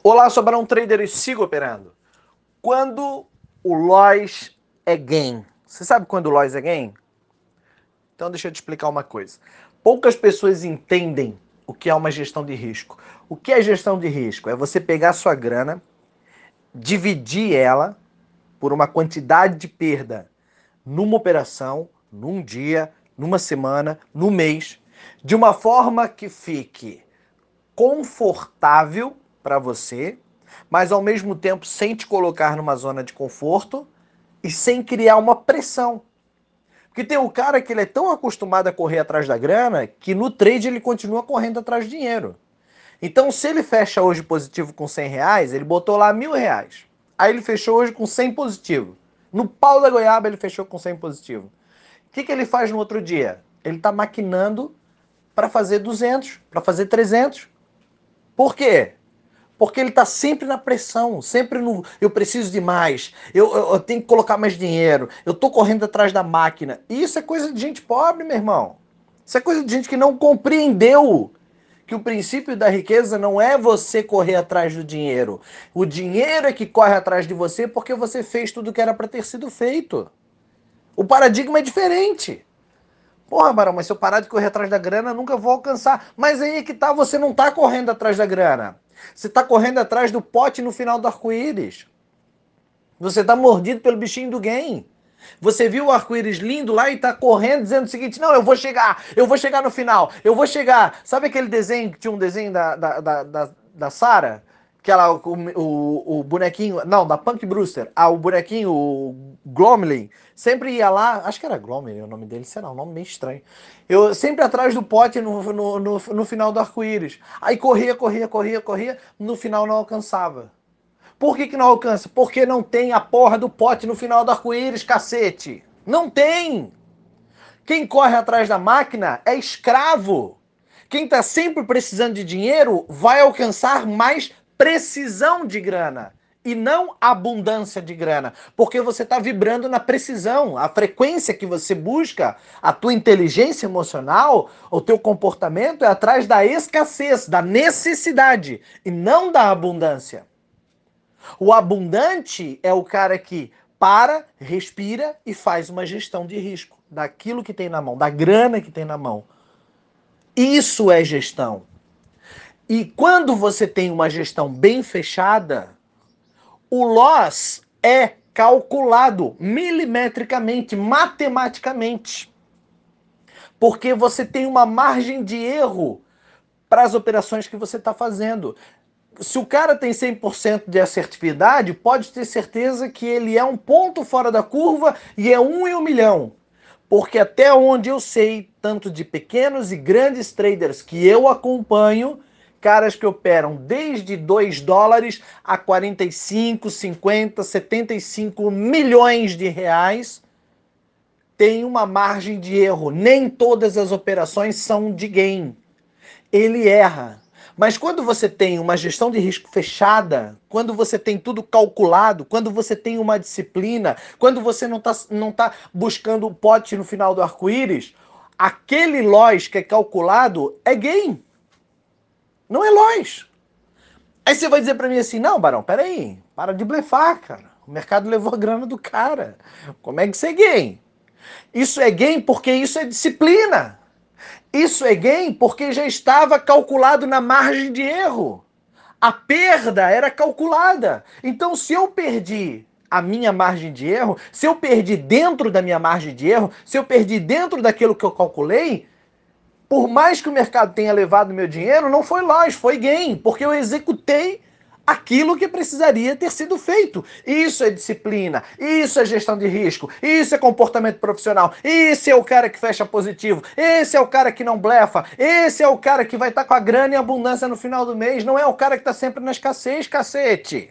Olá, sou Barão Trader e sigo operando. Quando o loss é gain. Você sabe quando o loss é gain? Então deixa eu te explicar uma coisa. Poucas pessoas entendem o que é uma gestão de risco. O que é gestão de risco? É você pegar a sua grana, dividir ela por uma quantidade de perda numa operação, num dia, numa semana, no mês, de uma forma que fique confortável para você, mas ao mesmo tempo sem te colocar numa zona de conforto e sem criar uma pressão. Porque tem um cara que ele é tão acostumado a correr atrás da grana que no trade ele continua correndo atrás de dinheiro. Então, se ele fecha hoje positivo com R$ 100, ele botou lá R$ 1.000. Aí ele fechou hoje com 100 positivo. No pau da goiaba ele fechou com 100 positivo. O que ele faz no outro dia? Ele está maquinando para fazer 200, para fazer 300. Por quê? Porque ele está sempre na pressão, sempre no eu preciso de mais, eu tenho que colocar mais dinheiro, eu estou correndo atrás da máquina. E isso é coisa de gente pobre, meu irmão. Isso é coisa de gente que não compreendeu que o princípio da riqueza não é você correr atrás do dinheiro. O dinheiro é que corre atrás de você porque você fez tudo que era para ter sido feito. O paradigma é diferente. Porra, Barão, mas se eu parar de correr atrás da grana, eu nunca vou alcançar. Mas aí é que tá, você não tá correndo atrás da grana. Você tá correndo atrás do pote no final do arco-íris. Você tá mordido pelo bichinho do game. Você viu o arco-íris lindo lá e tá correndo dizendo o seguinte: não, eu vou chegar no final, eu vou chegar. Sabe aquele desenho que tinha um desenho da Sarah? Que ela, o bonequinho, não, da Punk Brewster, o bonequinho, o Glomlin, sempre ia lá, acho que era Glomlin o nome dele, será, um nome meio estranho. Eu sempre atrás do pote no final do arco-íris. Aí corria, no final não alcançava. Por que não alcança? Porque não tem a porra do pote no final do arco-íris, cacete. Não tem. Quem corre atrás da máquina é escravo. Quem está sempre precisando de dinheiro vai alcançar mais precisão de grana e não abundância de grana, porque você está vibrando na precisão. A frequência que você busca, a tua inteligência emocional, o teu comportamento é atrás da escassez, da necessidade e não da abundância. O abundante é o cara que para, respira e faz uma gestão de risco daquilo que tem na mão, da grana que tem na mão. Isso é gestão. E quando você tem uma gestão bem fechada, o loss é calculado milimetricamente, matematicamente. Porque você tem uma margem de erro para as operações que você está fazendo. Se o cara tem 100% de assertividade, pode ter certeza que ele é um ponto fora da curva e é 1 em 1 milhão. Porque até onde eu sei, tanto de pequenos e grandes traders que eu acompanho, caras que operam desde $2 a 45, 50, 75 milhões de reais, tem uma margem de erro. Nem todas as operações são de gain. Ele erra. Mas quando você tem uma gestão de risco fechada, quando você tem tudo calculado, quando você tem uma disciplina, quando você não tá buscando o pote no final do arco-íris, aquele loss que é calculado é gain. Não é loss. Aí você vai dizer para mim assim, não, Barão, peraí, para de blefar, cara. O mercado levou a grana do cara. Como é que isso é gain? Isso é gain porque isso é disciplina. Isso é gain porque já estava calculado na margem de erro. A perda era calculada. Então, se eu perdi a minha margem de erro, se eu perdi dentro da minha margem de erro, se eu perdi dentro daquilo que eu calculei, por mais que o mercado tenha levado meu dinheiro, não foi loss, foi gain, porque eu executei aquilo que precisaria ter sido feito. Isso é disciplina, isso é gestão de risco, isso é comportamento profissional, esse é o cara que fecha positivo, esse é o cara que não blefa, esse é o cara que vai estar com a grana e abundância no final do mês, não é o cara que está sempre na escassez, cacete.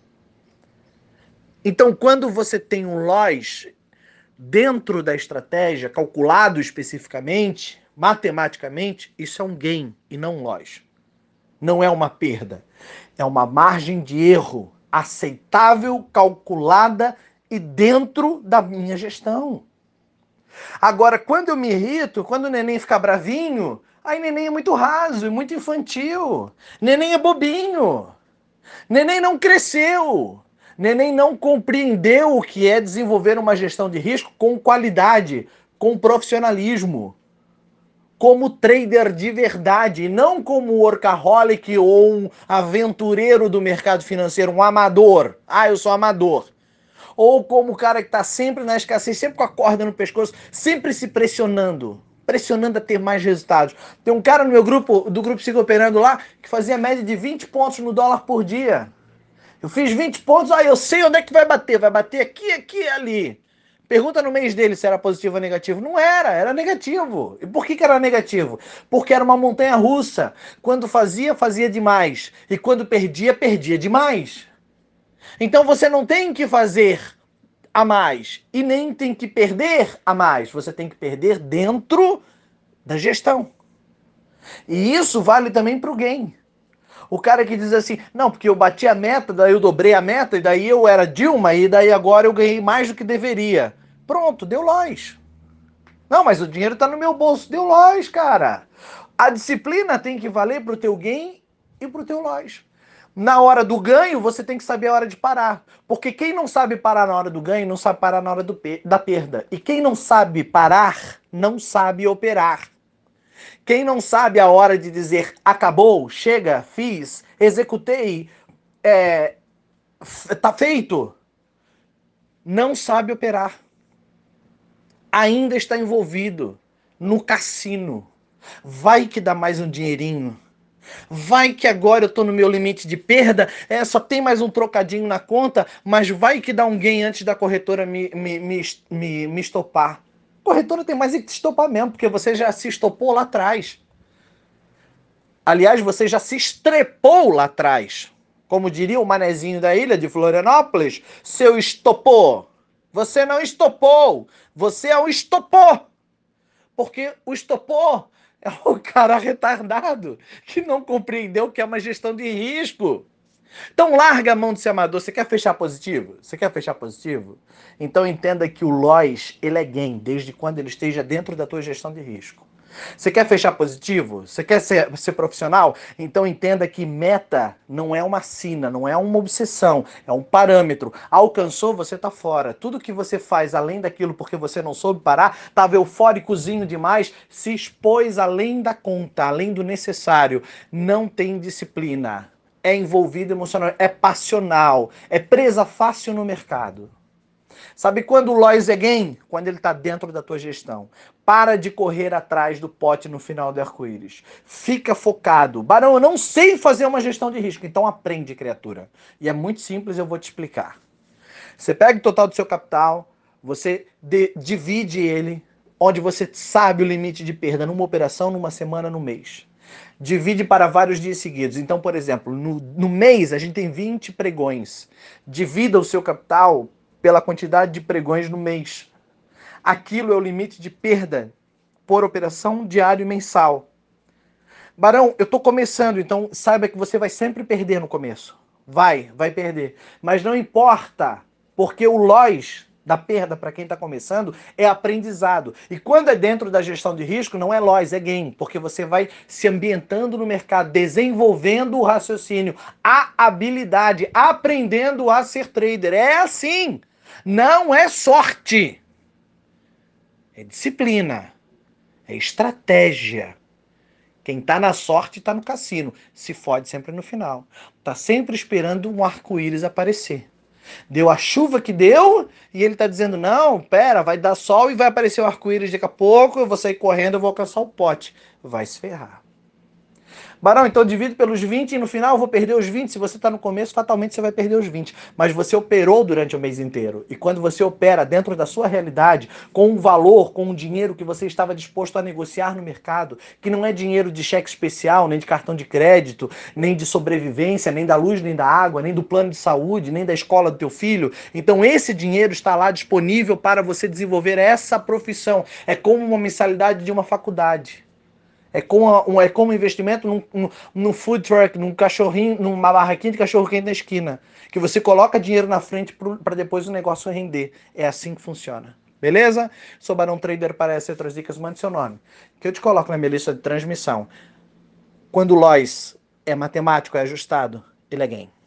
Então, quando você tem um loss dentro da estratégia, calculado especificamente, matematicamente, isso é um gain e não um loss. Não é uma perda. É uma margem de erro aceitável, calculada e dentro da minha gestão. Agora, quando eu me irrito, quando o neném fica bravinho, aí neném é muito raso e muito infantil. Neném é bobinho. Neném não cresceu. Neném não compreendeu o que é desenvolver uma gestão de risco com qualidade, com profissionalismo, como trader de verdade, e não como workaholic ou um aventureiro do mercado financeiro, um amador. Ah, eu sou amador. Ou como o cara que está sempre na escassez, sempre com a corda no pescoço, sempre se pressionando. Pressionando a ter mais resultados. Tem um cara no meu grupo, do grupo Siga Operando lá, que fazia média de 20 pontos no dólar por dia. Eu fiz 20 pontos, eu sei onde é que vai bater. Vai bater aqui, aqui e ali. Pergunta no mês dele se era positivo ou negativo. Não era, era negativo. E por que era negativo? Porque era uma montanha russa. Quando fazia, fazia demais. E quando perdia, perdia demais. Então você não tem que fazer a mais e nem tem que perder a mais. Você tem que perder dentro da gestão. E isso vale também para o game. O cara que diz assim, não, porque eu bati a meta, daí eu dobrei a meta, e daí eu era Dilma, e daí agora eu ganhei mais do que deveria. Pronto, deu lois. Não, mas o dinheiro tá no meu bolso. Deu lois, cara. A disciplina tem que valer pro teu gain e pro teu lois. Na hora do ganho, você tem que saber a hora de parar. Porque quem não sabe parar na hora do ganho, não sabe parar na hora da perda. E quem não sabe parar, não sabe operar. Quem não sabe a hora de dizer acabou, chega, fiz, executei, tá feito, não sabe operar. Ainda está envolvido no cassino. Vai que dá mais um dinheirinho. Vai que agora eu tô no meu limite de perda, só tem mais um trocadinho na conta, mas vai que dá um gain antes da corretora me estopar. A corretora tem mais que te estopar mesmo, porque você já se estopou lá atrás. Aliás, você já se estrepou lá atrás. Como diria o manezinho da ilha de Florianópolis, seu estopou. Você não estopou, você é o estopou. Porque o estopou é o cara retardado que não compreendeu que é uma gestão de risco. Então larga a mão de ser amador. Você quer fechar positivo? Você quer fechar positivo? Então entenda que o LOIS, ele é gain, desde quando ele esteja dentro da tua gestão de risco. Você quer fechar positivo? Você quer ser profissional? Então entenda que meta não é uma sina, não é uma obsessão, é um parâmetro. Alcançou, você está fora. Tudo que você faz além daquilo porque você não soube parar, estava eufóricozinho demais, se expôs além da conta, além do necessário. Não tem disciplina. É envolvido emocional, é passional, é presa fácil no mercado. Sabe quando o Lois é gain? Quando ele está dentro da tua gestão. Para de correr atrás do pote no final do arco-íris. Fica focado. Barão, eu não sei fazer uma gestão de risco. Então aprende, criatura. E é muito simples, eu vou te explicar. Você pega o total do seu capital, você divide ele, onde você sabe o limite de perda numa operação, numa semana, no mês. Divide para vários dias seguidos. Então, por exemplo, no mês a gente tem 20 pregões. Divida o seu capital pela quantidade de pregões no mês. Aquilo é o limite de perda por operação diário e mensal. Barão, eu estou começando, então saiba que você vai sempre perder no começo. Vai perder. Mas não importa, porque o loss da perda para quem está começando é aprendizado. E quando é dentro da gestão de risco, não é loss, é gain, porque você vai se ambientando no mercado, desenvolvendo o raciocínio, a habilidade, aprendendo a ser trader. É assim. Não é sorte. É disciplina. É estratégia. Quem tá na sorte tá no cassino. Se fode sempre no final. Tá sempre esperando um arco-íris aparecer. Deu a chuva que deu e ele tá dizendo, não, pera, vai dar sol e vai aparecer o arco-íris daqui a pouco, eu vou sair correndo, eu vou alcançar o pote. Vai se ferrar. Barão, então eu divido pelos 20 e no final eu vou perder os 20. Se você está no começo, fatalmente você vai perder os 20. Mas você operou durante o mês inteiro. E quando você opera dentro da sua realidade, com um valor, com um dinheiro que você estava disposto a negociar no mercado, que não é dinheiro de cheque especial, nem de cartão de crédito, nem de sobrevivência, nem da luz, nem da água, nem do plano de saúde, nem da escola do teu filho. Então esse dinheiro está lá disponível para você desenvolver essa profissão. É como uma mensalidade de uma faculdade. É como um investimento num food truck, num cachorrinho, numa barraquinha de cachorro-quente na esquina. Que você coloca dinheiro na frente para depois o negócio render. É assim que funciona. Beleza? Sou Barão Trader para essas outras dicas, mande seu nome. Que eu te coloco na minha lista de transmissão. Quando o Lois é matemático, é ajustado, ele é gain.